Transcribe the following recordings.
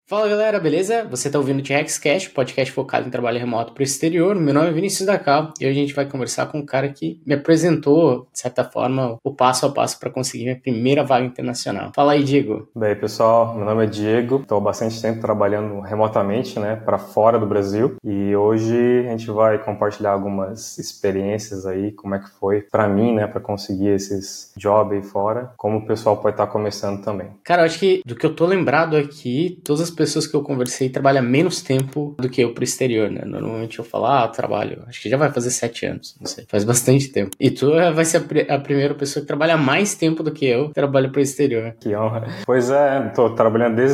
Fala galera, beleza? Você está ouvindo o T-Rex Cash, podcast focado em trabalho remoto para o exterior. Meu nome é Vinícius Dacal e hoje a gente vai conversar com um cara que me apresentou, de certa forma, o passo a passo para conseguir minha primeira vaga internacional. Fala aí, Diego. Daí, pessoal, meu nome é Diego, estou há bastante tempo trabalhando remotamente, para fora do Brasil, e hoje a gente vai compartilhar algumas experiências aí, como é que foi para mim, para conseguir esses jobs aí fora, como o pessoal pode estar começando também. Cara, eu acho que do que eu tô lembrado aqui, todas as pessoas que eu conversei trabalham menos tempo do que eu pro exterior, né? Normalmente eu falo, trabalho, acho que já vai fazer 7 anos, não sei, faz bastante tempo. E tu vai ser a primeira pessoa que trabalha mais tempo do que eu trabalho pro exterior. Que honra. Pois é, tô trabalhando desde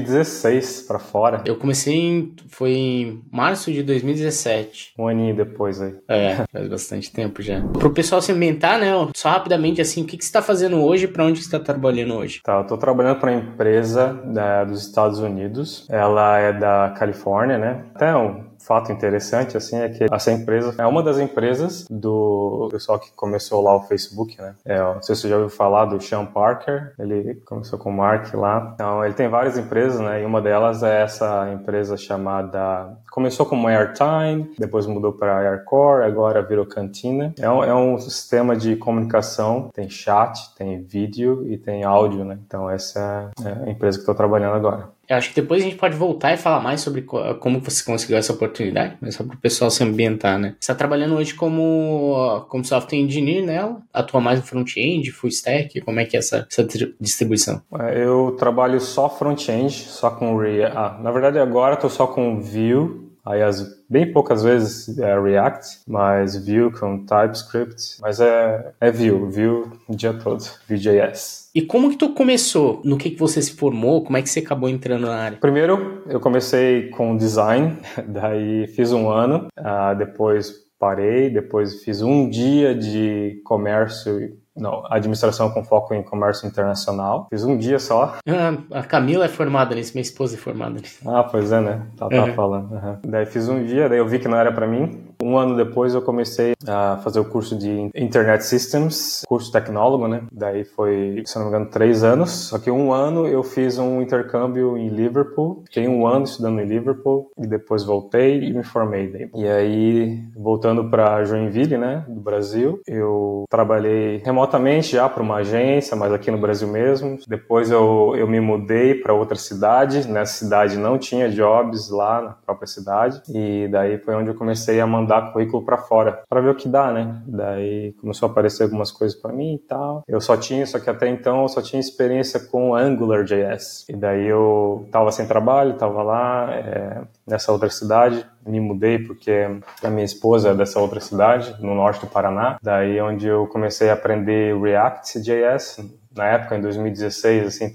2016 para fora. Eu comecei foi em março de 2017. Um aninho depois aí. Faz bastante tempo já. Pro pessoal se ambientar, né? Só rapidamente assim, o que você tá fazendo hoje e pra onde você tá trabalhando hoje? Tá, eu tô trabalhando para uma empresa dos Estados Unidos. Ela é da Califórnia, né? Até um fato interessante, assim, é que essa empresa é uma das empresas do pessoal que começou lá o Facebook, né? Não sei se você já ouviu falar do Sean Parker, ele começou com o Mark lá. Então, ele tem várias empresas, né? E uma delas é essa empresa chamada... Começou como Airtime, depois mudou para Aircore, agora virou Cantina. É um sistema de comunicação, tem chat, tem vídeo e tem áudio, né? Então, essa é a empresa que estou trabalhando agora. Eu acho que depois a gente pode voltar e falar mais sobre como você conseguiu essa oportunidade, mas só para o pessoal se ambientar, né? Você está trabalhando hoje como software engineer nela? Atua mais no front-end, full stack? Como é que é essa distribuição? Eu trabalho só front-end, só com React. Na verdade, agora estou só com Vue. Aí, bem poucas vezes é React, mas Vue com TypeScript. Mas é Vue o dia todo, Vue.js. E como que tu começou? No que você se formou? Como é que você acabou entrando na área? Primeiro, eu comecei com design, daí fiz um ano, depois parei, depois fiz um dia de administração com foco em comércio internacional. Fiz um dia só. A Camila é formada nisso, minha esposa é formada nisso. Pois é, né? Tá falando. Daí fiz um dia, daí eu vi que não era pra mim. Um ano depois eu comecei a fazer o curso de Internet Systems, curso tecnólogo, né? Daí foi, se não me engano, 3 anos. Só que um ano eu fiz um intercâmbio em Liverpool. Fiquei um ano estudando em Liverpool e depois voltei e me formei daí. E aí, voltando pra Joinville, né? Do Brasil, eu trabalhei remotamente já para uma agência, mas aqui no Brasil mesmo. Depois eu me mudei para outra cidade. Nessa cidade não tinha jobs lá na própria cidade. E daí foi onde eu comecei a mandar currículo para fora, para ver o que dá, né? Daí começou a aparecer algumas coisas para mim e tal. Só que até então eu só tinha experiência com AngularJS. E daí eu tava sem trabalho, tava lá nessa outra cidade. Me mudei porque a minha esposa é dessa outra cidade, no norte do Paraná. Daí onde eu comecei a aprender React.js. Na época, em 2016, assim,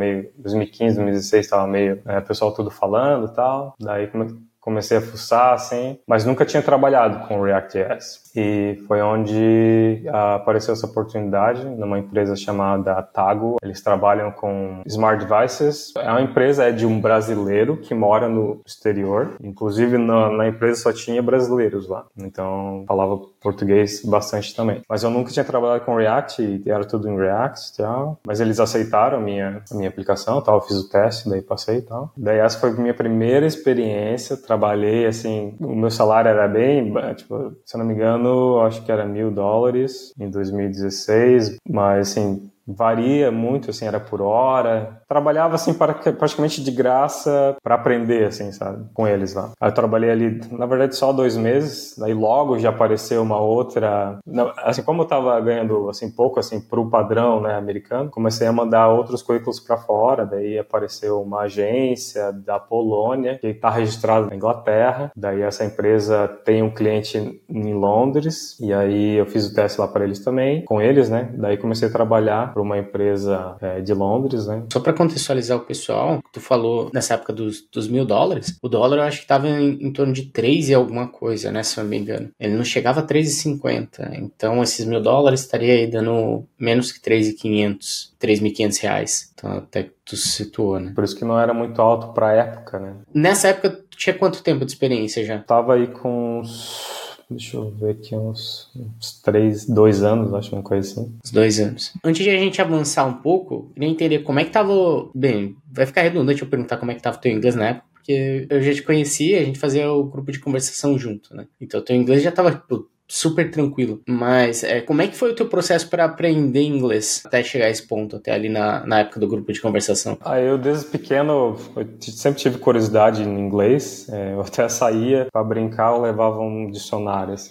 2015, 2016, tava meio, o pessoal tudo falando e tal. Daí comecei a fuçar, assim, mas nunca tinha trabalhado com React.js. E foi onde apareceu essa oportunidade numa empresa chamada Tago. Eles trabalham com Smart Devices. É uma empresa de um brasileiro que mora no exterior. Inclusive, na empresa só tinha brasileiros lá. Então, falava português bastante também. Mas eu nunca tinha trabalhado com React e era tudo em React e tal. Mas eles aceitaram a minha aplicação, tal. Eu fiz o teste, daí passei e tal. Daí essa foi a minha primeira experiência. Trabalhei, assim, o meu salário era bem, tipo, se eu não me engano, acho que era $1.000 em 2016, mas, assim, varia muito, assim, era por hora. Trabalhava, assim, praticamente de graça para aprender, assim, sabe? Com eles lá. Aí eu trabalhei ali, na verdade, só 2 meses. Daí logo já apareceu uma outra... Assim, como eu tava ganhando, assim, pouco, assim, pro padrão, né, americano, comecei a mandar outros currículos para fora. Daí apareceu uma agência da Polônia, que tá registrada na Inglaterra. Daí essa empresa tem um cliente em Londres. E aí eu fiz o teste lá para eles também, com eles, né? Daí comecei a trabalhar para uma empresa de Londres, né? Só para contextualizar o pessoal, tu falou nessa época dos $1.000, o dólar eu acho que estava em torno de 3 e alguma coisa, né, se eu não me engano. Ele não chegava a 3,50, então esses $1.000 estaria aí dando menos que 3.500, R$3.500. Então até que tu se situou, né? Por isso que não era muito alto para a época, né? Nessa época, tu tinha quanto tempo de experiência já? Tava aí com uns deixa eu ver aqui, uns 2 anos, acho, uma coisa assim. Uns 2 anos. Antes de a gente avançar um pouco, queria entender como é que tava... Bem, vai ficar redundante eu perguntar como é que tava o teu inglês na época, porque eu já te conhecia, a gente fazia o grupo de conversação junto, né? Então, o teu inglês já tava, tipo, super tranquilo. Mas como é que foi o teu processo para aprender inglês até chegar a esse ponto, até ali na época do grupo de conversação? Eu desde pequeno eu sempre tive curiosidade em inglês. Eu até saía para brincar, eu levava um dicionário, assim,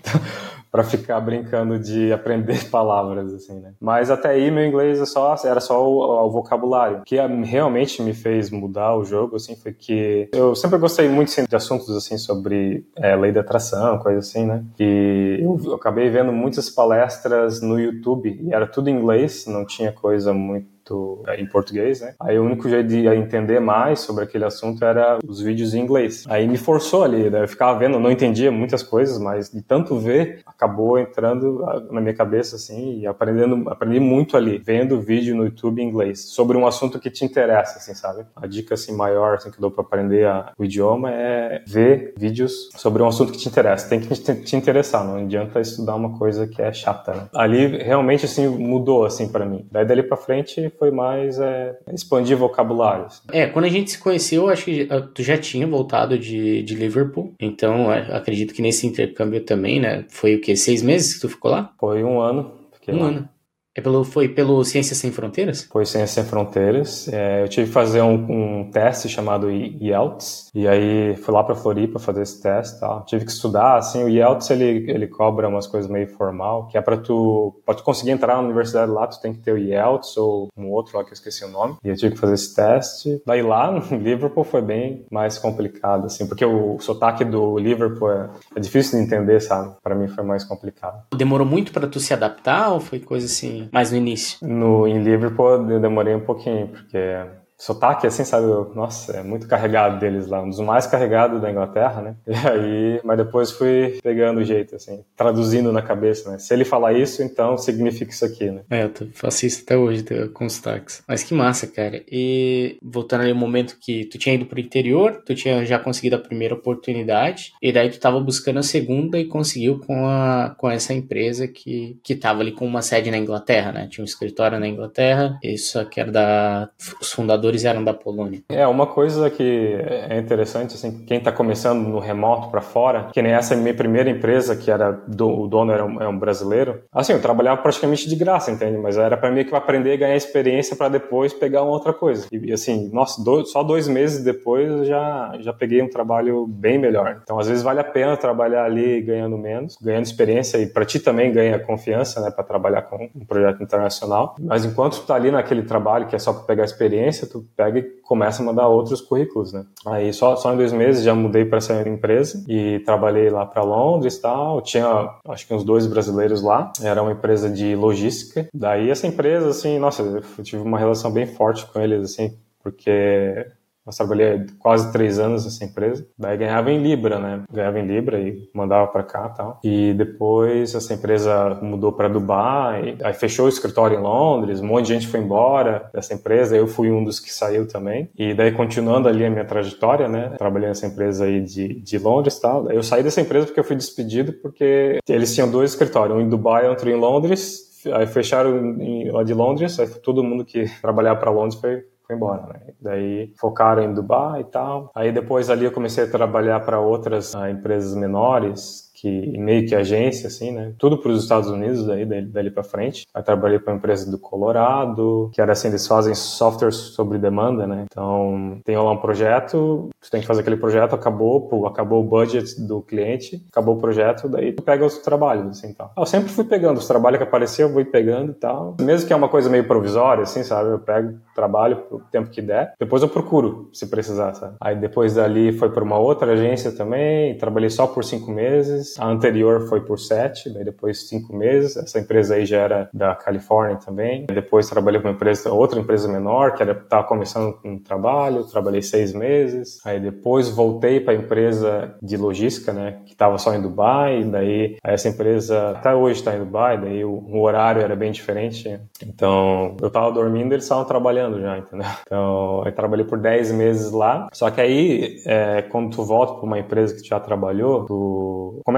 para ficar brincando de aprender palavras, assim, né? Mas até aí meu inglês era só o vocabulário. O que realmente me fez mudar o jogo, assim, foi que eu sempre gostei muito assim, de assuntos assim sobre lei da atração, coisa assim, né? E eu acabei vendo muitas palestras no YouTube e era tudo em inglês, não tinha coisa muito em português, né? Aí o único jeito de entender mais sobre aquele assunto era os vídeos em inglês. Aí me forçou ali, né? Eu ficava vendo, eu não entendia muitas coisas, mas de tanto ver, acabou entrando na minha cabeça, assim, e aprendi muito ali, vendo vídeo no YouTube em inglês, sobre um assunto que te interessa, assim, sabe? A dica, assim, maior, assim, que eu dou pra aprender o idioma é ver vídeos sobre um assunto que te interessa. Tem que te interessar, não adianta estudar uma coisa que é chata, né? Ali, realmente, assim, mudou, assim, pra mim. Daí, dali pra frente, foi mais expandir vocabulário. Assim. Quando a gente se conheceu, acho que tu já tinha voltado de Liverpool, então acredito que nesse intercâmbio também, né? Foi o quê? 6 meses que tu ficou lá? Foi 1 ano, fiquei lá. Ano. Foi pelo Ciências Sem Fronteiras? Foi Ciências Sem Fronteiras. Eu tive que fazer um teste chamado IELTS, e aí fui lá para Floripa fazer esse teste, tá? Tive que estudar, assim, o IELTS ele cobra umas coisas meio formal, que é para tu conseguir entrar na universidade lá, tu tem que ter o IELTS ou um outro lá que eu esqueci o nome, e eu tive que fazer esse teste. Daí lá em Liverpool foi bem mais complicado, assim, porque o sotaque do Liverpool é difícil de entender, sabe? Para mim foi mais complicado. Demorou muito para tu se adaptar ou foi coisa assim, mais no início? Em Liverpool eu demorei um pouquinho, porque sotaque, assim, sabe? Nossa, é muito carregado deles lá, um dos mais carregados da Inglaterra, né? E aí, mas depois fui pegando o jeito, assim, traduzindo na cabeça, né? Se ele falar isso, então significa isso aqui, né? Eu faço isso até hoje com os sotaques. Mas que massa, cara. E voltando ali ao momento que tu tinha ido pro interior, tu tinha já conseguido a primeira oportunidade, e daí tu tava buscando a segunda e conseguiu com essa empresa que tava ali com uma sede na Inglaterra, né? Tinha um escritório na Inglaterra, isso que era os fundadores eram da Polônia. Uma coisa que é interessante, assim, quem está começando no remoto para fora, que nem essa minha primeira empresa, que o dono era um brasileiro, assim, eu trabalhava praticamente de graça, entende? Mas era para mim que eu aprender a ganhar experiência para depois pegar uma outra coisa. E assim, nossa, só 2 meses depois eu já peguei um trabalho bem melhor. Então, às vezes vale a pena trabalhar ali ganhando menos, ganhando experiência, e para ti também ganha confiança, né, para trabalhar com um projeto internacional. Mas enquanto tu tá ali naquele trabalho que é só para pegar experiência, tu pega e começa a mandar outros currículos, né? Aí só em 2 meses já mudei para essa empresa e trabalhei lá para Londres e tal. Tinha acho que uns 2 brasileiros lá. Era uma empresa de logística. Daí essa empresa, assim, nossa, eu tive uma relação bem forte com eles, assim, porque eu trabalhei quase 3 anos nessa empresa. Daí ganhava em Libra, né? Ganhava em Libra e mandava para cá e tal. E depois essa empresa mudou para Dubai. Aí fechou o escritório em Londres. Um monte de gente foi embora dessa empresa. Eu fui um dos que saiu também. E daí, continuando ali a minha trajetória, né? Trabalhei nessa empresa aí de Londres e tal. Eu saí dessa empresa porque eu fui despedido porque eles tinham 2 escritórios. Um em Dubai e outro em Londres. Aí fecharam lá de Londres. Aí todo mundo que trabalhava para Londres foi embora, né? Daí focaram em Dubai e tal. Aí depois ali eu comecei a trabalhar para outras empresas menores, que meio que agência, assim, né? Tudo para os Estados Unidos, dali para frente. Aí trabalhei para uma empresa do Colorado, que era assim, eles fazem software sobre demanda, né? Então, tem lá um projeto, tu tem que fazer aquele projeto, acabou o budget do cliente, acabou o projeto, daí tu pega os trabalhos, assim, tal. Eu sempre fui pegando os trabalhos que apareciam, eu vou pegando e tal. Mesmo que é uma coisa meio provisória, assim, sabe? Eu pego trabalho pro tempo que der, depois eu procuro, se precisar, sabe? Aí depois dali foi para uma outra agência também, trabalhei só por 5 meses. A anterior foi por 7, daí depois 5 meses. Essa empresa aí já era da Califórnia também. Depois trabalhei com outra empresa menor, que estava começando um trabalho, trabalhei 6 meses. Aí depois voltei para a empresa de logística, né, que estava só em Dubai. Daí essa empresa até hoje está em Dubai, daí o horário era bem diferente. Então eu estava dormindo e eles estavam trabalhando já, entendeu? Então eu trabalhei por 10 meses lá. Só que aí, quando tu volta para uma empresa que tu já trabalhou, tu começa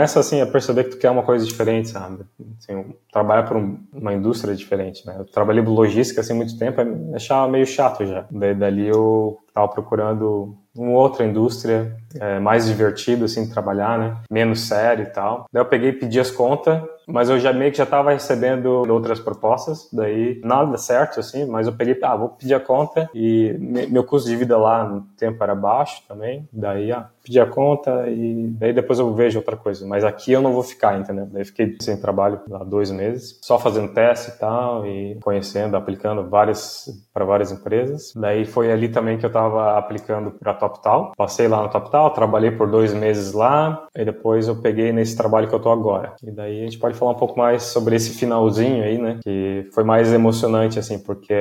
começa, assim, a perceber que tu quer uma coisa diferente, sabe? Assim, trabalhar por uma indústria diferente, né? Eu trabalhei em logística, assim, muito tempo, achava meio chato já. Daí, dali eu tava procurando uma outra indústria, mais divertido, assim, de trabalhar, né? Menos sério e tal. Daí eu peguei e pedi as contas, mas eu já meio que já tava recebendo outras propostas, daí nada certo, assim, mas eu peguei, vou pedir a conta, e meu custo de vida lá no tempo era baixo também, daí, pedi a conta e daí depois eu vejo outra coisa, mas aqui eu não vou ficar, entendeu? Daí fiquei sem trabalho há 2 meses, só fazendo teste e tal, e conhecendo, aplicando para várias empresas. Daí foi ali também que eu tava aplicando para TopTal, passei lá no TopTal, trabalhei por 2 meses lá, e depois eu peguei nesse trabalho que eu tô agora. E daí a gente pode falar um pouco mais sobre esse finalzinho aí, né? Que foi mais emocionante, assim, porque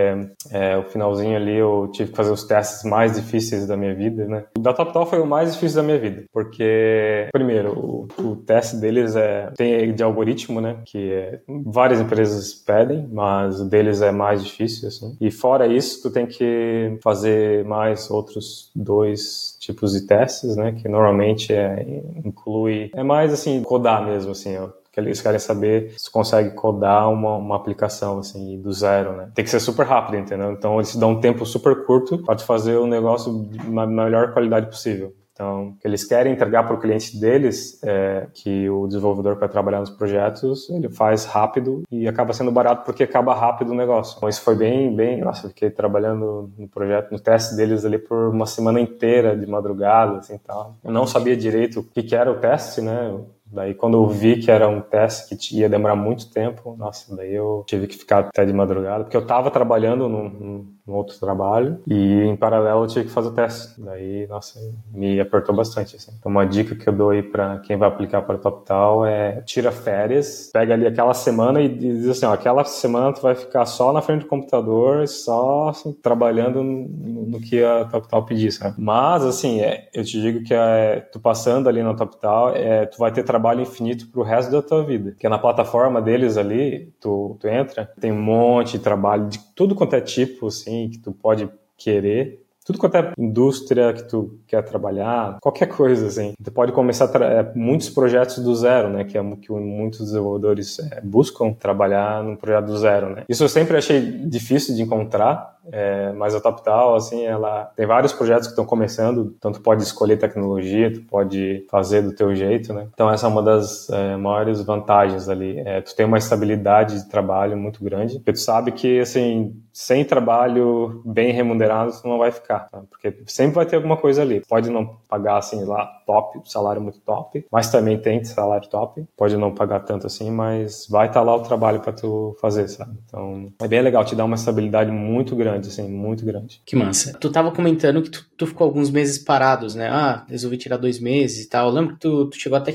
o finalzinho ali eu tive que fazer os testes mais difíceis da minha vida, né? O da TopTal foi o mais difícil da minha vida, porque, primeiro, o teste deles tem de algoritmo, né? Que várias empresas pedem, mas o deles é mais difícil, assim. E fora isso, tu tem que fazer mais outros 2 tipos de testes, né? Que normalmente inclui... É mais, assim, codar mesmo, assim, ó. Que eles querem saber se consegue codar uma aplicação, assim, do zero, né? Tem que ser super rápido, entendeu? Então, eles dão um tempo super curto para te fazer o negócio de uma melhor qualidade possível. Então, o que eles querem entregar para o cliente deles é que o desenvolvedor que vai trabalhar nos projetos, ele faz rápido e acaba sendo barato porque acaba rápido o negócio. Então, isso foi nossa, eu fiquei trabalhando no projeto, no teste deles ali por uma semana inteira de madrugada, assim, tal. Eu não sabia direito o que era o teste, né? Daí, quando eu vi que era um teste que ia demorar muito tempo, nossa, daí eu tive que ficar até de madrugada, porque eu estava trabalhando num outro trabalho e, em paralelo, eu tive que fazer o teste. Daí, nossa, me apertou bastante, assim. Então, uma dica que eu dou aí para quem vai aplicar para TopTal é tira férias, pega ali aquela semana e diz assim, aquela semana tu vai ficar só na frente do computador, só assim, trabalhando no que a TopTal pedir, sabe? Mas, assim, eu te digo que tu passando ali na TopTal, tu vai ter trabalho infinito pro resto da tua vida. Porque na plataforma deles ali, tu entra, tem um monte de trabalho de tudo quanto é tipo, assim, que tu pode querer. Tudo quanto é indústria que tu quer trabalhar, qualquer coisa, assim. Tu pode começar muitos projetos do zero, né? Que é o que muitos desenvolvedores buscam, trabalhar num projeto do zero, né? Isso eu sempre achei difícil de encontrar, mas a TopTal, assim, ela tem vários projetos que estão começando, então tu pode escolher tecnologia, tu pode fazer do teu jeito, né? Então essa é uma das maiores vantagens ali. Tu tem uma estabilidade de trabalho muito grande, porque tu sabe que, assim, sem trabalho bem remunerado, tu não vai ficar, tá? Porque sempre vai ter alguma coisa ali. Pode não pagar, assim, lá, top, salário muito top, mas também tem salário top. Pode não pagar tanto assim, mas vai estar lá o trabalho para tu fazer, sabe? Então, é bem legal, te dá uma estabilidade muito grande, assim, muito grande. Que massa. Tu tava comentando que tu ficou alguns meses parados, né? Resolvi tirar 2 meses e tal. Eu lembro que tu chegou até a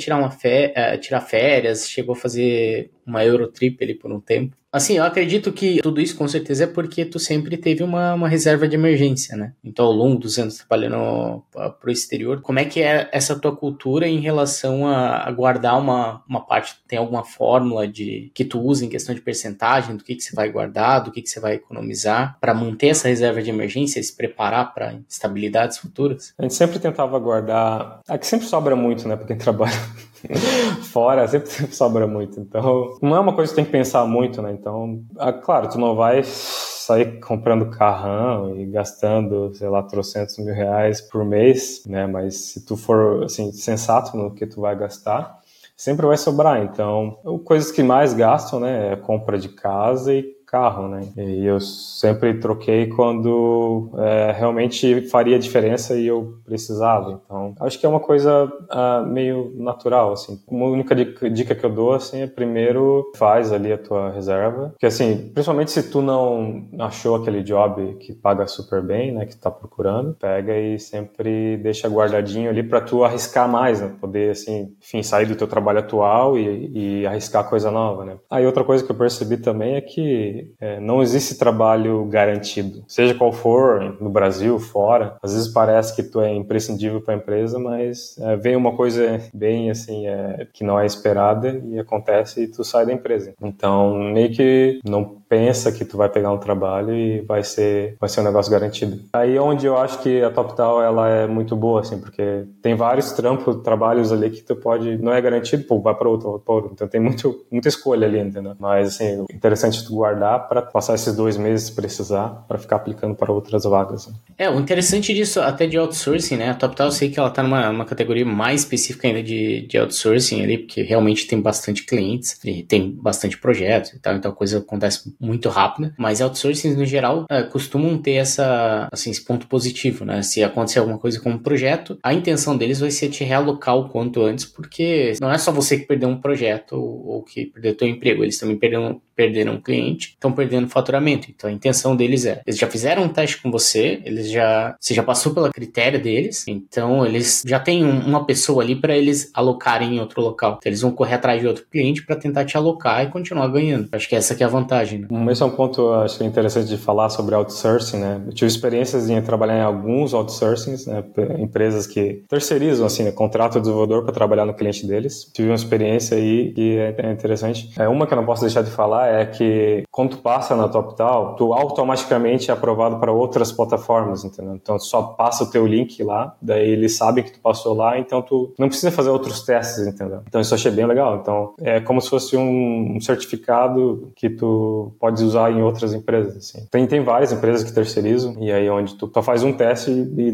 tirar férias, chegou a fazer uma Eurotrip ali por um tempo. Assim, eu acredito que tudo isso com certeza é porque tu sempre teve uma reserva de emergência, né? Então, ao longo dos anos trabalhando pro exterior, como é que é essa tua cultura em relação a guardar uma parte? Tem alguma fórmula que tu usa em questão de percentagem do que você vai guardar, do que você vai economizar para manter essa reserva de emergência e se preparar para instabilidades futuras? A gente sempre tentava guardar... que sempre sobra muito, né? Pra quem trabalha fora, sempre sobra muito. Então, não é uma coisa que tu tem que pensar muito, né? Então, claro, tu não vai sair comprando carrão e gastando, sei lá, trocentos mil reais por mês, né? Mas se tu for, assim, sensato no que tu vai gastar, sempre vai sobrar. Então, coisas que mais gastam, né? É compra de casa e carro, né? E eu sempre troquei quando realmente faria diferença e eu precisava. Então, acho que é uma coisa meio natural, assim. Uma única dica que eu dou, assim, é primeiro faz ali a tua reserva. Porque, assim, principalmente se tu não achou aquele job que paga super bem, né, que tu tá procurando, pega e sempre deixa guardadinho ali para tu arriscar mais, né? Poder, assim, enfim, sair do teu trabalho atual e arriscar coisa nova, né? Aí outra coisa que eu percebi também é que não existe trabalho garantido, seja qual for, no Brasil, fora. Às vezes parece que tu é imprescindível para a empresa, mas vem uma coisa bem assim que não é esperada e acontece e tu sai da empresa. Então, meio que não pensa que tu vai pegar um trabalho e vai ser um negócio garantido. Aí é onde eu acho que a TopTal, ela é muito boa, assim, porque tem vários trabalhos ali que tu pode, não é garantido, pô, vai para outro. Então tem muita escolha ali, entendeu? Mas, assim, interessante tu guardar para passar esses 2 meses se precisar, para ficar aplicando para outras vagas. Né? O interessante disso, até de outsourcing, né? A TopTal, eu sei que ela tá numa categoria mais específica ainda de outsourcing ali, porque realmente tem bastante clientes e tem bastante projetos e tal, então a coisa acontece muito rápida, mas outsourcing, no geral, costumam ter esse ponto positivo, né? Se acontecer alguma coisa com um projeto, a intenção deles vai ser te realocar o quanto antes, porque não é só você que perdeu um projeto ou que perdeu teu emprego, eles também perderam um cliente, estão perdendo faturamento. Então a intenção deles eles já fizeram um teste com você, você já passou pelo critério deles, então eles já têm uma pessoa ali para eles alocarem em outro local. Então, eles vão correr atrás de outro cliente para tentar te alocar e continuar ganhando. Acho que essa que é a vantagem, né? Esse é um ponto, acho que é interessante de falar sobre outsourcing, né? Eu tive experiências em trabalhar em alguns outsourcings, né? Empresas que terceirizam, assim, né? Contratam o desenvolvedor para trabalhar no cliente deles. Tive uma experiência aí que é interessante. Uma que eu não posso deixar de falar é que quando tu passa na TopTal, tu automaticamente é aprovado para outras plataformas, entendeu? Então, tu só passa o teu link lá, daí eles sabem que tu passou lá, então tu não precisa fazer outros testes, entendeu? Então, isso eu achei bem legal. Então, é como se fosse um certificado que tu pode usar em outras empresas, assim. Tem várias empresas que terceirizam, e aí onde tu faz um teste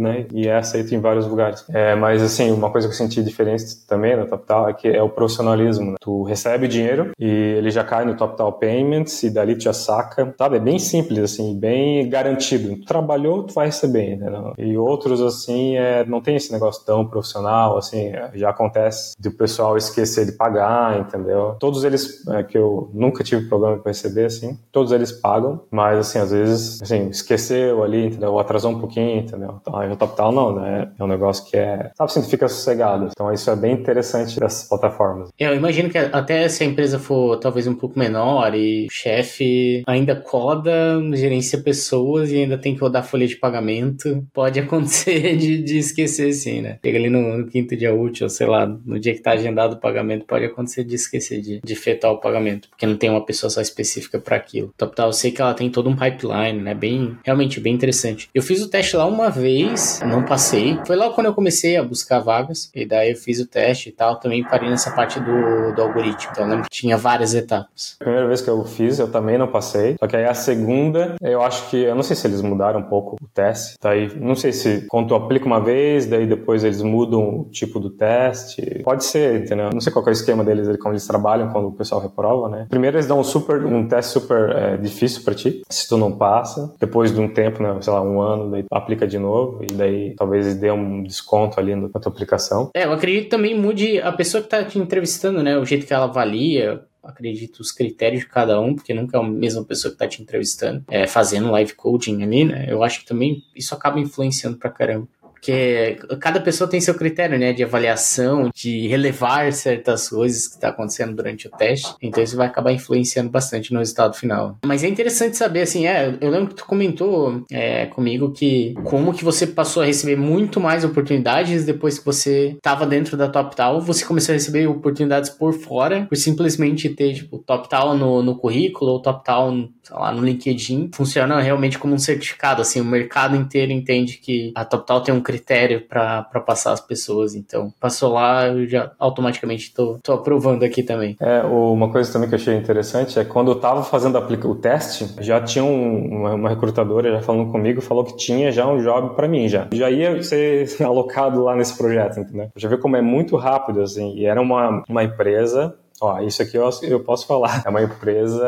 e é aceito em vários lugares. Mas, assim, uma coisa que eu senti diferente também na TopTal é que é o profissionalismo, né? Tu recebe o dinheiro e ele já cai no TopTal Payments e dali tu já saca, sabe? É bem simples, assim, bem garantido. Tu trabalhou, tu vai receber, entendeu? E outros, assim, não tem esse negócio tão profissional, assim, já acontece do pessoal esquecer de pagar, entendeu? Todos eles, que eu nunca tive problema com receber, assim, todos eles pagam, mas, assim, às vezes, assim, esqueceu ali, entendeu? Ou atrasou um pouquinho, entendeu? Então, aí no TopTal não, né? É um negócio que sabe assim, tu fica sossegado. Então, isso é bem interessante dessas plataformas. Eu imagino que até se a empresa for talvez um pouco menor e o chefe ainda coda, gerencia pessoas e ainda tem que rodar folha de pagamento, pode acontecer de esquecer, sim, né? Chega ali no quinto dia útil, sei lá, no dia que tá agendado o pagamento, pode acontecer de esquecer de efetuar o pagamento, porque não tem uma pessoa só específica para aquilo. TopTal, eu sei que ela tem todo um pipeline, né? Realmente bem interessante. Eu fiz o teste lá uma vez, não passei. Foi lá quando eu comecei a buscar vagas, e daí eu fiz o teste e tal, também parei nessa parte do algoritmo. Então eu lembro que tinha várias etapas. A primeira vez que eu fiz, eu também não passei. Só que aí a segunda, eu não sei se eles mudaram um pouco o teste. Daí, não sei se quando tu aplica uma vez, daí depois eles mudam o tipo do teste. Pode ser, entendeu? Não sei qual que é o esquema deles, como eles trabalham quando o pessoal reprova, né? Primeiro eles dão um teste super difícil pra ti, se tu não passa. Depois de um tempo, né, sei lá, 1 ano, daí aplica de novo e daí talvez eles dêem um desconto ali na tua aplicação. Eu acredito que também mude a pessoa que tá te entrevistando, né? O jeito que ela avalia, acredito, os critérios de cada um, porque nunca é a mesma pessoa que tá te entrevistando, fazendo live coaching ali, né? Eu acho que também isso acaba influenciando pra caramba. Porque cada pessoa tem seu critério, né, de avaliação, de relevar certas coisas que está acontecendo durante o teste. Então isso vai acabar influenciando bastante no resultado final. Mas é interessante saber, assim, eu lembro que tu comentou comigo que como que você passou a receber muito mais oportunidades depois que você estava dentro da TopTal, você começou a receber oportunidades por fora, por simplesmente ter, tipo, TopTal no currículo ou TopTal, sei lá, no LinkedIn. Funciona realmente como um certificado, assim, o mercado inteiro entende que a TopTal tem um critério para passar as pessoas, então passou lá, eu já automaticamente tô aprovando aqui também. Uma coisa também que eu achei interessante é quando eu tava fazendo o teste, já tinha uma recrutadora já falando comigo, falou que tinha já um job para mim já ia ser alocado lá nesse projeto, entendeu? Já vê como é muito rápido, assim, e era uma empresa. Isso aqui eu posso falar. É uma empresa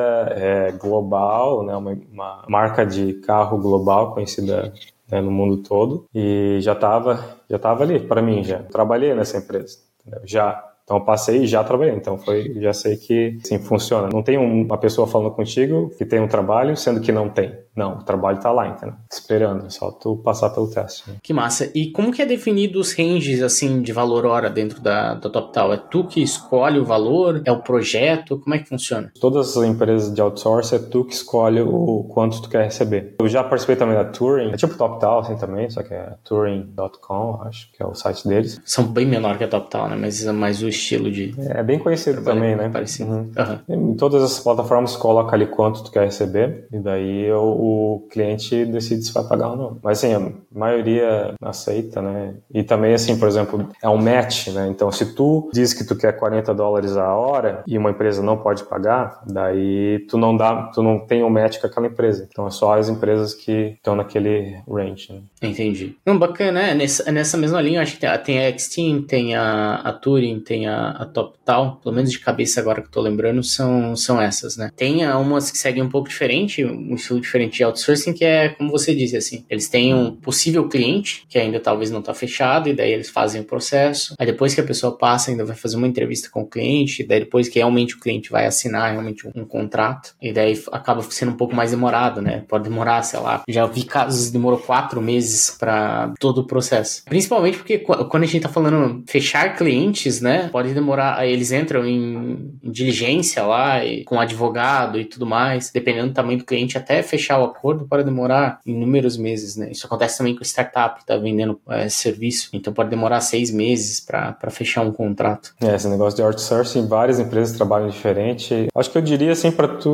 global, né? Uma marca de carro global conhecida, né, no mundo todo, e já tava ali para mim já. Trabalhei nessa empresa, entendeu? Então eu passei e já trabalhei, então já sei que sim, funciona. Não tem uma pessoa falando contigo que tem um trabalho, sendo que não tem. Não, o trabalho tá lá, entendeu? Esperando, é só tu passar pelo teste. Né? Que massa. E como que é definido os ranges, assim, de valor hora dentro da TopTal? É tu que escolhe o valor? É o projeto? Como é que funciona? Todas as empresas de outsourcing, é tu que escolhe o quanto tu quer receber. Eu já participei também da Turing, é tipo TopTal, assim, também, só que é Turing.com, acho que é o site deles. São bem menor que a TopTal, né? Mas o estilo de... É bem conhecido também, né? Parecido. Em todas as plataformas coloca ali quanto tu quer receber e daí o cliente decide se vai pagar ou não. Mas assim, a maioria aceita, né? E também assim, por exemplo, é um match, né? Então se tu diz que tu quer $40 a hora e uma empresa não pode pagar, daí tu não tem um match com aquela empresa. Então é só as empresas que estão naquele range, né? Entendi. Não, bacana, né? Nessa mesma linha, eu acho que tem a X-Team, tem a Turing, tem a TopTal, pelo menos de cabeça agora que eu tô lembrando, são essas, né? Tem umas que seguem um pouco diferente, um estilo diferente de outsourcing, que é, como você disse, assim, eles têm um possível cliente, que ainda talvez não tá fechado, e daí eles fazem o processo, aí depois que a pessoa passa, ainda vai fazer uma entrevista com o cliente, e daí depois que realmente o cliente vai assinar realmente um contrato, e daí acaba sendo um pouco mais demorado, né? Pode demorar, sei lá, já vi casos que demorou 4 meses para todo o processo. Principalmente porque quando a gente tá falando fechar clientes, né? Pode demorar, eles entram em diligência lá, com advogado e tudo mais, dependendo do tamanho do cliente, até fechar o acordo pode demorar inúmeros meses, né? Isso acontece também com startup que tá vendendo serviço, então pode demorar 6 meses para fechar um contrato. Esse negócio de outsourcing, várias empresas trabalham diferente. Acho que eu diria assim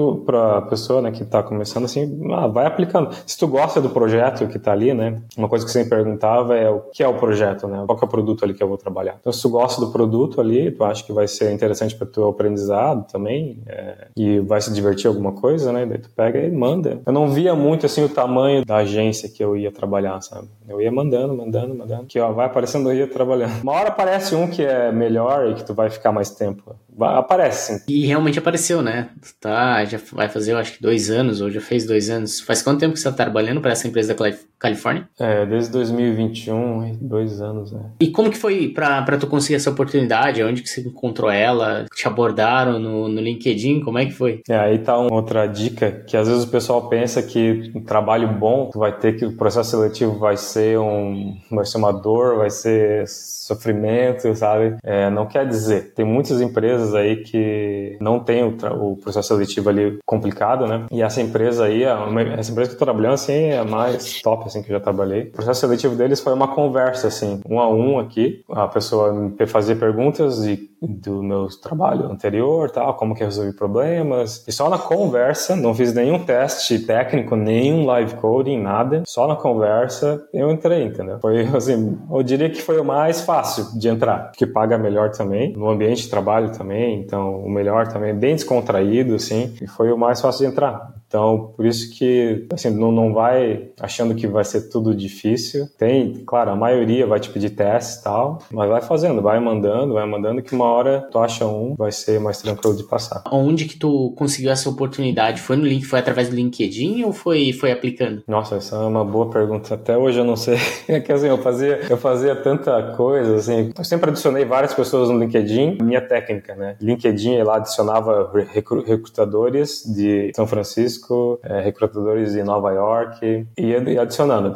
pra pessoa, né, que tá começando assim, vai aplicando. Se tu gosta do projeto que tá ali, né, uma coisa que você me perguntava é o que é o projeto, né, qual que é o produto ali que eu vou trabalhar. Então se tu gosta do produto ali, tu acha que vai ser interessante para teu aprendizado também, e vai se divertir alguma coisa, né, daí tu pega e manda. Eu não via muito assim o tamanho da agência que eu ia trabalhar, sabe? Eu ia mandando, que vai aparecendo, eu ia trabalhando. Uma hora aparece um que é melhor e que tu vai ficar mais tempo. Aparece, sim. E realmente apareceu, né? Tá, já vai fazer, eu acho que 2 anos, ou já fez 2 anos. Faz quanto tempo que você tá trabalhando para essa empresa da Califórnia? Desde 2021, 2 anos, né? E como que foi pra tu conseguir essa oportunidade? Onde que você encontrou ela? Te abordaram no LinkedIn? Como é que foi? Aí tá uma outra dica, que às vezes o pessoal pensa que um trabalho bom, tu vai ter que o processo seletivo vai ser uma dor, vai ser sofrimento, sabe? Não quer dizer. Tem muitas empresas aí que não tem o processo seletivo ali complicado, né? E essa empresa aí, essa empresa que eu tô trabalhando, assim, é a mais top, assim, que eu já trabalhei. O processo seletivo deles foi uma conversa, assim, 1 a 1 aqui. A pessoa me fazia perguntas do meu trabalho anterior, tal, como que eu resolvi problemas. E só na conversa, não fiz nenhum teste técnico, nenhum live coding, nada. Só na conversa eu entrei, entendeu? Foi, assim, eu diria que foi o mais fácil de entrar, que paga melhor também, no ambiente de trabalho também, então o melhor também, bem descontraído, assim, e foi o mais fácil de entrar. Então, por isso que, assim, não vai achando que vai ser tudo difícil. Tem, claro, a maioria vai te pedir testes e tal, mas vai fazendo, vai mandando, que uma hora tu acha vai ser mais tranquilo de passar. Onde que tu conseguiu essa oportunidade? Foi através do LinkedIn ou foi aplicando? Nossa, essa é uma boa pergunta. Até hoje eu não sei. É que assim, eu fazia tanta coisa, assim. Eu sempre adicionei várias pessoas no LinkedIn. Minha técnica, né? LinkedIn, lá adicionava recrutadores de São Francisco, recrutadores de Nova York, e ia adicionando.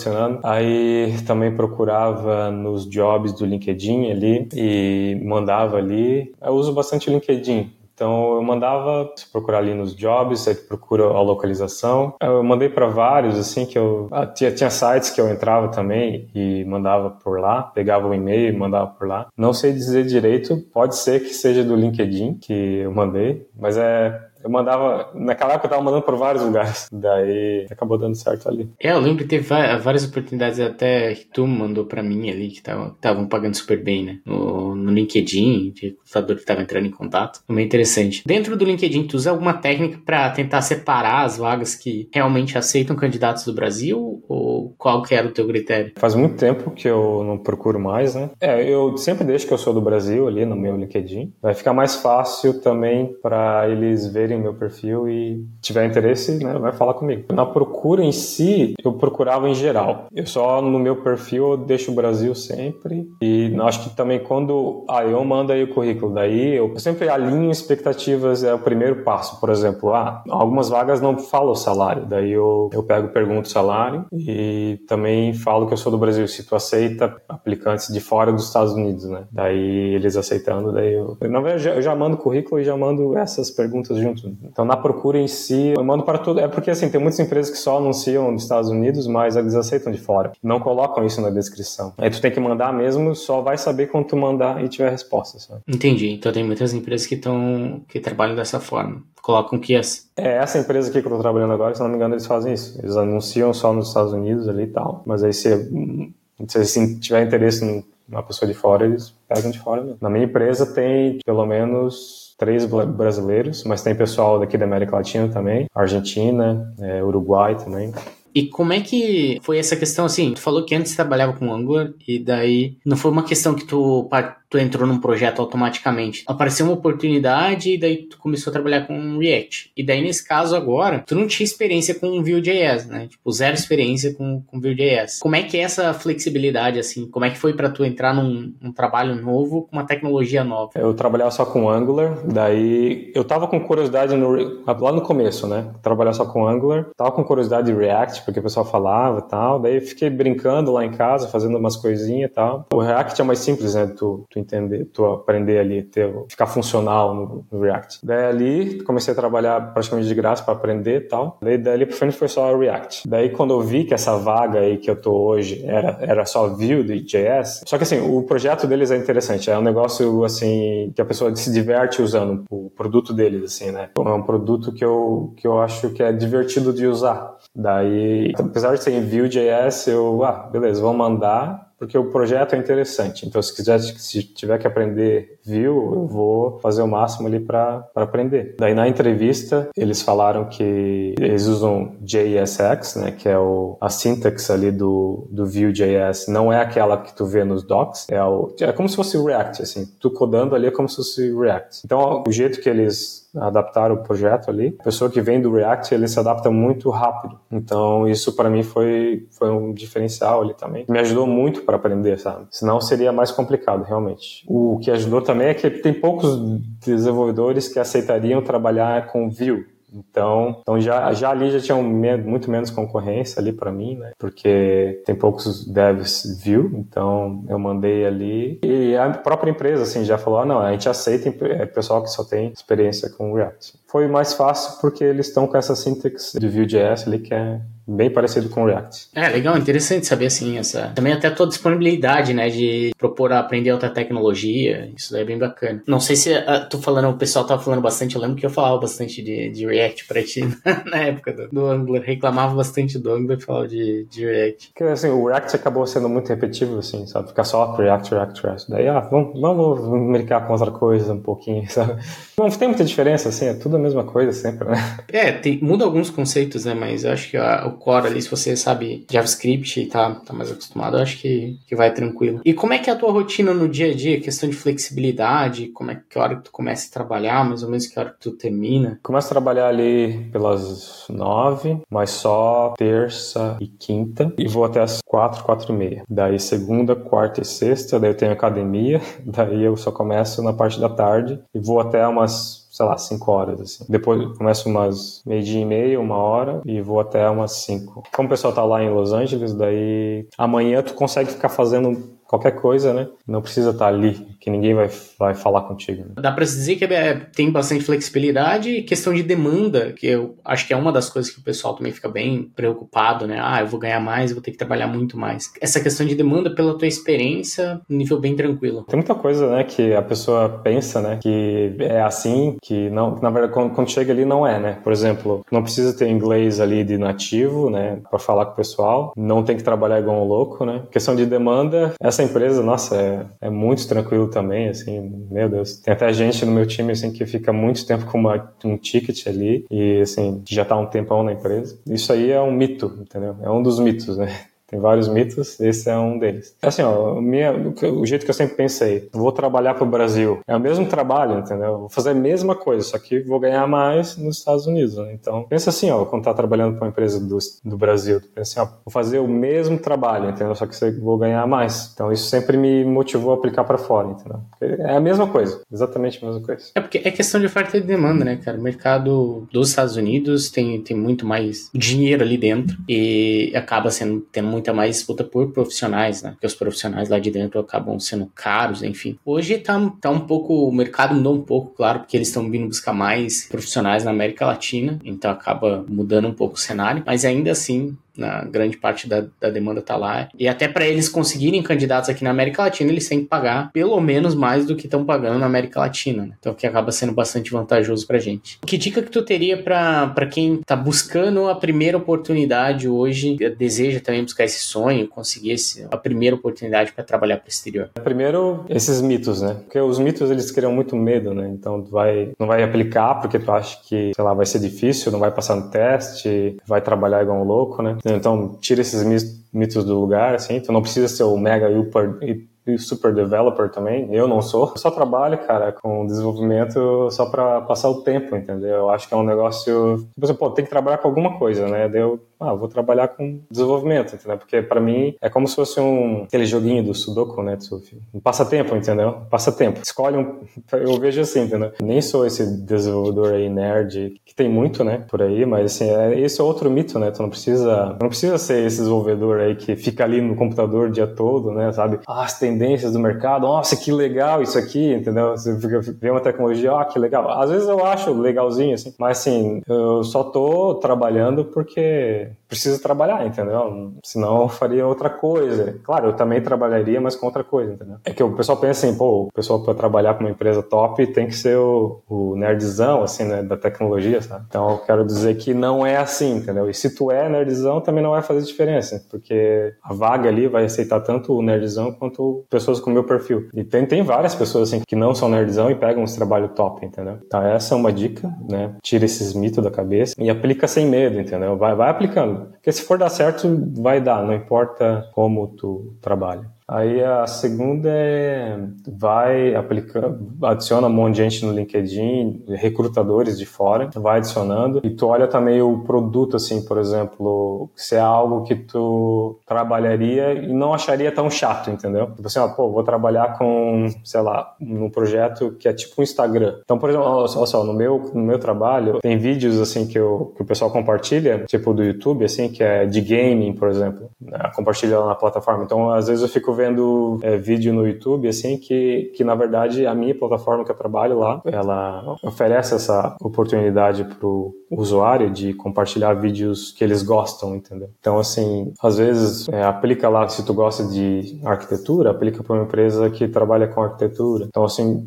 Aí também procurava nos jobs do LinkedIn ali e mandava ali. Eu uso bastante o LinkedIn. Então eu mandava procurar ali nos jobs, aí procura a localização. Eu mandei para vários, assim, que eu tinha sites que eu entrava também e mandava por lá, pegava o e-mail e mandava por lá. Não sei dizer direito, pode ser que seja do LinkedIn que eu mandei, mas eu mandava, naquela época eu tava mandando por vários lugares, daí acabou dando certo ali. Eu lembro que teve várias oportunidades até que tu mandou pra mim ali, que estavam pagando super bem, né? No LinkedIn, de recrutador que tava entrando em contato. Foi bem interessante. Dentro do LinkedIn, tu usa alguma técnica pra tentar separar as vagas que realmente aceitam candidatos do Brasil? Ou qual que era o teu critério? Faz muito tempo que eu não procuro mais, né? Eu sempre deixo que eu sou do Brasil ali no meu LinkedIn. Vai ficar mais fácil também para eles verem meu perfil e tiver interesse, né, vai falar comigo. Na procura em si, eu procurava em geral. Eu só no meu perfil eu deixo o Brasil sempre e acho que também quando eu mando aí o currículo, daí eu sempre alinho expectativas, é o primeiro passo. Por exemplo, algumas vagas não falam o salário, daí eu pergunto o salário e também falo que eu sou do Brasil, se tu aceita aplicantes de fora dos Estados Unidos, né? Daí eles aceitando, daí na verdade eu já mando o currículo e já mando essas perguntas junto junto. Então, na procura em si, eu mando para tudo. É porque, assim, tem muitas empresas que só anunciam nos Estados Unidos, mas eles aceitam de fora. Não colocam isso na descrição. Aí tu tem que mandar mesmo, só vai saber quando tu mandar e tiver resposta, sabe? Entendi. Então tem muitas empresas que trabalham dessa forma. Colocam que essa empresa aqui que eu tô trabalhando agora, se não me engano, eles fazem isso. Eles anunciam só nos Estados Unidos ali e tal. Mas aí se tiver interesse numa pessoa de fora, eles pegam de fora mesmo. Na minha empresa tem pelo menos 3 brasileiros, mas tem pessoal daqui da América Latina também, Argentina, Uruguai também. E como é que foi essa questão, assim, tu falou que antes trabalhava com Angular e daí não foi uma questão que tu entrou num projeto automaticamente. Apareceu uma oportunidade e daí tu começou a trabalhar com React. E daí, nesse caso agora, tu não tinha experiência com Vue.js, né? Tipo, zero experiência com Vue.js. Como é que é essa flexibilidade, assim? Como é que foi pra tu entrar num trabalho novo com uma tecnologia nova? Eu trabalhava só com Angular, daí eu tava com curiosidade lá no começo, né? Trabalhar só com Angular, tava com curiosidade de React, porque o pessoal falava e tal, daí fiquei brincando lá em casa, fazendo umas coisinhas e tal. O React é mais simples, né? Tu entender, tu aprender ali, ficar funcional no React. Daí ali, comecei a trabalhar praticamente de graça para aprender e tal. Daí dali pra frente foi só React. Daí quando eu vi que essa vaga aí que eu tô hoje era só Vue.js, só que assim, o projeto deles é interessante, é um negócio assim, que a pessoa se diverte usando o produto deles, assim, né? É um produto que eu acho que é divertido de usar. Daí, apesar de ser em Vue.js, beleza, vou mandar, porque o projeto é interessante. Então, se tiver que aprender Vue, eu vou fazer o máximo ali para aprender. Daí, na entrevista, eles falaram que eles usam JSX, né, que é a sintaxe ali do Vue.js, não é aquela que tu vê nos docs, é como se fosse o React, assim. Tu codando ali é como se fosse React. Então, o jeito que eles adaptaram o projeto ali, a pessoa que vem do React, ele se adapta muito rápido. Então, isso para mim foi um diferencial ali também. Me ajudou muito para aprender, sabe? Senão seria mais complicado, realmente. O que ajudou também é que tem poucos desenvolvedores que aceitariam trabalhar com Vue. Então já ali já tinha muito menos concorrência ali para mim, né? Porque tem poucos devs Vue, então eu mandei ali e a própria empresa assim já falou, não, a gente aceita pessoal que só tem experiência com React. Foi mais fácil porque eles estão com essa sintaxe de Vue.js ali que é bem parecido com o React. Legal, interessante saber assim, também até a tua disponibilidade, né, de propor aprender outra tecnologia, isso daí é bem bacana. Não sei se o pessoal tava falando bastante, eu lembro que eu falava bastante de React pra ti na época do Angular, reclamava bastante do Angular e falava de React. Porque assim, o React acabou sendo muito repetitivo, assim, sabe, ficar só React. Daí, vamos brincar com outra coisa um pouquinho, sabe. Não tem muita diferença, assim, é tudo a mesma coisa sempre, né. Muda alguns conceitos, né, mas eu acho que o core ali, se você sabe JavaScript e tá mais acostumado, eu acho que vai tranquilo. E como é que é a tua rotina no dia a dia? Questão de flexibilidade, que hora que tu começa a trabalhar, mais ou menos que hora que tu termina? Começo a trabalhar ali pelas 9, mas só terça e quinta, e vou até as 4h30. Daí segunda, quarta e sexta, daí eu tenho academia, daí eu só começo na parte da tarde e vou até umas 5 horas, assim. Depois eu começo umas 12h30, 1h, e vou até umas 5. Como o pessoal tá lá em Los Angeles, daí amanhã tu consegue ficar fazendo qualquer coisa, né? Não precisa estar ali, que ninguém vai falar contigo. Né? Dá pra se dizer que tem bastante flexibilidade e questão de demanda, que eu acho que é uma das coisas que o pessoal também fica bem preocupado, né? Eu vou ganhar mais, eu vou ter que trabalhar muito mais. Essa questão de demanda, pela tua experiência, um nível bem tranquilo. Tem muita coisa, né, que a pessoa pensa, né, que é assim, que não, na verdade, quando chega ali não é, né? Por exemplo, não precisa ter inglês ali de nativo, né, pra falar com o pessoal, não tem que trabalhar igual um louco, né? Questão de demanda, essa empresa, nossa, é muito tranquilo também, assim, meu Deus. Tem até gente no meu time, assim, que fica muito tempo com um ticket ali e, assim, já tá um tempão na empresa. Isso aí é um mito, entendeu? É um dos mitos, né? Tem vários mitos, esse é um deles. Assim, o jeito que eu sempre pensei, vou trabalhar para o Brasil, é o mesmo trabalho, entendeu? Vou fazer a mesma coisa, só que vou ganhar mais nos Estados Unidos, né? Então, pensa assim, quando tá trabalhando para uma empresa do Brasil, pensa assim, vou fazer o mesmo trabalho, entendeu? Só que vou ganhar mais. Então, isso sempre me motivou a aplicar para fora, entendeu? Porque é a mesma coisa, exatamente a mesma coisa. Porque é questão de oferta e demanda, né, cara? O mercado dos Estados Unidos tem muito mais dinheiro ali dentro e acaba tendo muito muita mais disputa por profissionais, né? Porque os profissionais lá de dentro acabam sendo caros, enfim. Hoje tá um pouco, o mercado mudou um pouco, claro, porque eles estão vindo buscar mais profissionais na América Latina, então acaba mudando um pouco o cenário, mas ainda assim, na grande parte da demanda tá lá. E até para eles conseguirem candidatos aqui na América Latina, eles têm que pagar pelo menos mais do que estão pagando na América Latina, né? Então, que acaba sendo bastante vantajoso pra gente. Que dica que tu teria para quem tá buscando a primeira oportunidade hoje, deseja também buscar esse sonho, conseguir a primeira oportunidade para trabalhar para o exterior? Primeiro, esses mitos, né? Porque os mitos, eles criam muito medo, né? Então, tu não vai aplicar porque tu acha que, sei lá, vai ser difícil, não vai passar no teste, vai trabalhar igual um louco, né? Então, tira esses mitos do lugar, assim. Tu não precisa ser o mega super developer também. Eu não sou. Eu só trabalho, cara, com desenvolvimento só pra passar o tempo, entendeu? Eu acho que é um negócio... Você tem que trabalhar com alguma coisa, né? Vou trabalhar com desenvolvimento, entendeu? Porque pra mim é como se fosse aquele joguinho do Sudoku, né? Um passatempo, entendeu? Passatempo. Escolhe eu vejo assim, entendeu? Nem sou esse desenvolvedor aí nerd, que tem muito, né? Por aí, mas assim, esse é outro mito, né? Tu não precisa ser esse desenvolvedor aí que fica ali no computador o dia todo, né? Sabe? As tendências do mercado, nossa, que legal isso aqui, entendeu? Você vê uma tecnologia, que legal. Às vezes eu acho legalzinho, assim, mas assim, eu só tô trabalhando porque preciso trabalhar, entendeu? Senão eu faria outra coisa. Claro, eu também trabalharia, mas com outra coisa, entendeu? É que o pessoal pensa assim, o pessoal para trabalhar com uma empresa top tem que ser o nerdzão, assim, né, da tecnologia, sabe? Então eu quero dizer que não é assim, entendeu? E se tu é nerdzão, também não vai fazer diferença, porque a vaga ali vai aceitar tanto o nerdzão quanto pessoas com o meu perfil. E tem várias pessoas, assim, que não são nerdzão e pegam esse trabalho top, entendeu? Então essa é uma dica, né? Tira esses mitos da cabeça e aplica sem medo, entendeu? Vai aplicando. Porque se for dar certo, vai dar, não importa como tu trabalha. Aí a segunda vai aplicar, adiciona um monte de gente no LinkedIn, recrutadores de fora, vai adicionando. E tu olha também o produto, assim, por exemplo, se é algo que tu trabalharia e não acharia tão chato, entendeu? Tipo assim, vou trabalhar com, sei lá, num projeto que é tipo um Instagram. Então, por exemplo, olha só, no meu trabalho, tem vídeos, assim, que o pessoal compartilha, tipo do YouTube, assim, que é de gaming, por exemplo, né? Compartilha lá na plataforma. Então, às vezes eu fico vendo vídeo no YouTube, assim, que na verdade a minha plataforma que eu trabalho lá, ela oferece essa oportunidade pro usuário de compartilhar vídeos que eles gostam, entendeu? Então, assim, às vezes aplica lá, se tu gosta de arquitetura, aplica para uma empresa que trabalha com arquitetura. Então, assim,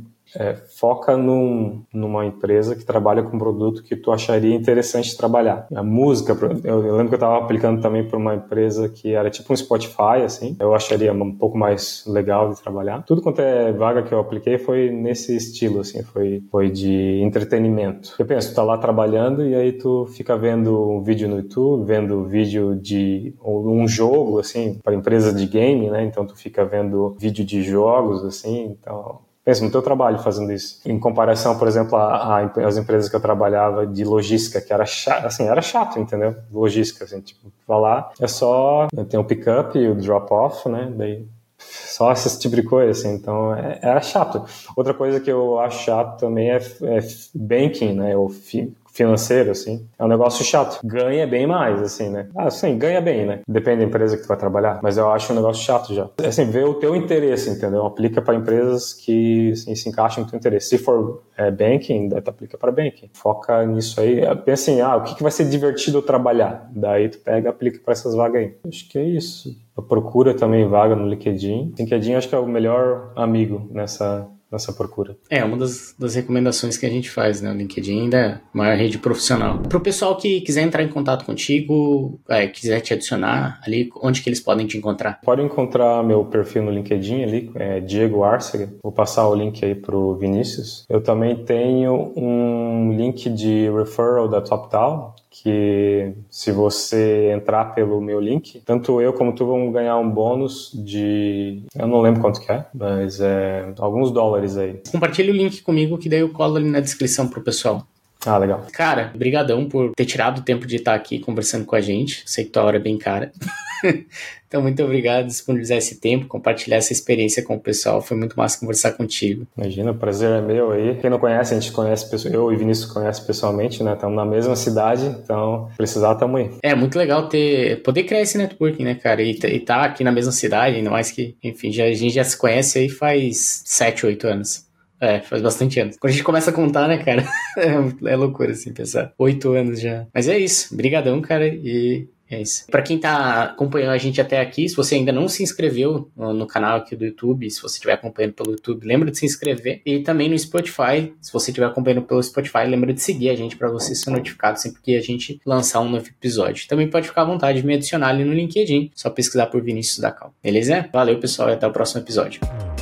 foca numa empresa que trabalha com um produto que tu acharia interessante trabalhar. A música, eu lembro que eu estava aplicando também para uma empresa que era tipo um Spotify, assim, eu acharia um pouco mais legal de trabalhar. Tudo quanto é vaga que eu apliquei foi nesse estilo, assim, foi de entretenimento. Eu penso, tu tá lá trabalhando e aí tu fica vendo um vídeo no YouTube, vendo vídeo de um jogo, assim, para empresa de game, né, então tu fica vendo vídeo de jogos, assim, então... Pensa no teu trabalho fazendo isso. Em comparação, por exemplo, às empresas que eu trabalhava de logística, que era chato, assim, era chato, entendeu? Logística, assim, tipo, vai lá, é só, tem o pick-up e o drop-off, né? Daí, só esse tipo de coisa, assim, então era chato. Outra coisa que eu acho chato também é banking, né? O financeiro, assim, é um negócio chato. Ganha bem mais, assim, né? Sim, ganha bem, né? Depende da empresa que tu vai trabalhar, mas eu acho um negócio chato já. Assim, vê o teu interesse, entendeu? Aplica para empresas que assim, se encaixam no teu interesse. Se for banking, daí tu aplica para banking. Foca nisso aí. Pensa assim, o que vai ser divertido eu trabalhar? Daí tu pega e aplica para essas vagas aí. Acho que é isso. Procura também vaga no LinkedIn. LinkedIn acho que é o melhor amigo nessa procura. Uma das recomendações que a gente faz, né? O LinkedIn ainda é a maior rede profissional. Para o pessoal que quiser entrar em contato contigo, quiser te adicionar ali, onde que eles podem te encontrar? Pode encontrar meu perfil no LinkedIn ali, Diego Arcega. Vou passar o link aí pro Vinícius. Eu também tenho um link de referral da TopTal, que se você entrar pelo meu link, tanto eu como tu vamos ganhar um bônus de... Eu não lembro quanto que é, mas alguns dólares aí. Compartilha o link comigo, que daí eu colo ali na descrição pro pessoal. Ah, legal. Cara, brigadão por ter tirado o tempo de estar aqui conversando com a gente. Sei que tua hora é bem cara. Então, muito obrigado por disponibilizar esse tempo, compartilhar essa experiência com o pessoal. Foi muito massa conversar contigo. Imagina, o prazer é meu aí. Quem não conhece, a gente conhece, eu e Vinícius conhece pessoalmente, né? Estamos na mesma cidade, então precisar, estamos aí. É muito legal poder criar esse networking, né, cara? E tá aqui na mesma cidade, ainda mais que, enfim, a gente já se conhece aí faz 7, 8 anos. Faz bastante anos. Quando a gente começa a contar, né, cara? É loucura, assim, pensar. 8 anos já. Mas é isso. Brigadão, cara, e é isso. Pra quem tá acompanhando a gente até aqui, se você ainda não se inscreveu no canal aqui do YouTube, se você estiver acompanhando pelo YouTube, lembra de se inscrever. E também no Spotify, se você estiver acompanhando pelo Spotify, lembra de seguir a gente pra você ser notificado sempre que a gente lançar um novo episódio. Também pode ficar à vontade de me adicionar ali no LinkedIn, só pesquisar por Vinícius da Cal. Beleza? Valeu, pessoal, e até o próximo episódio.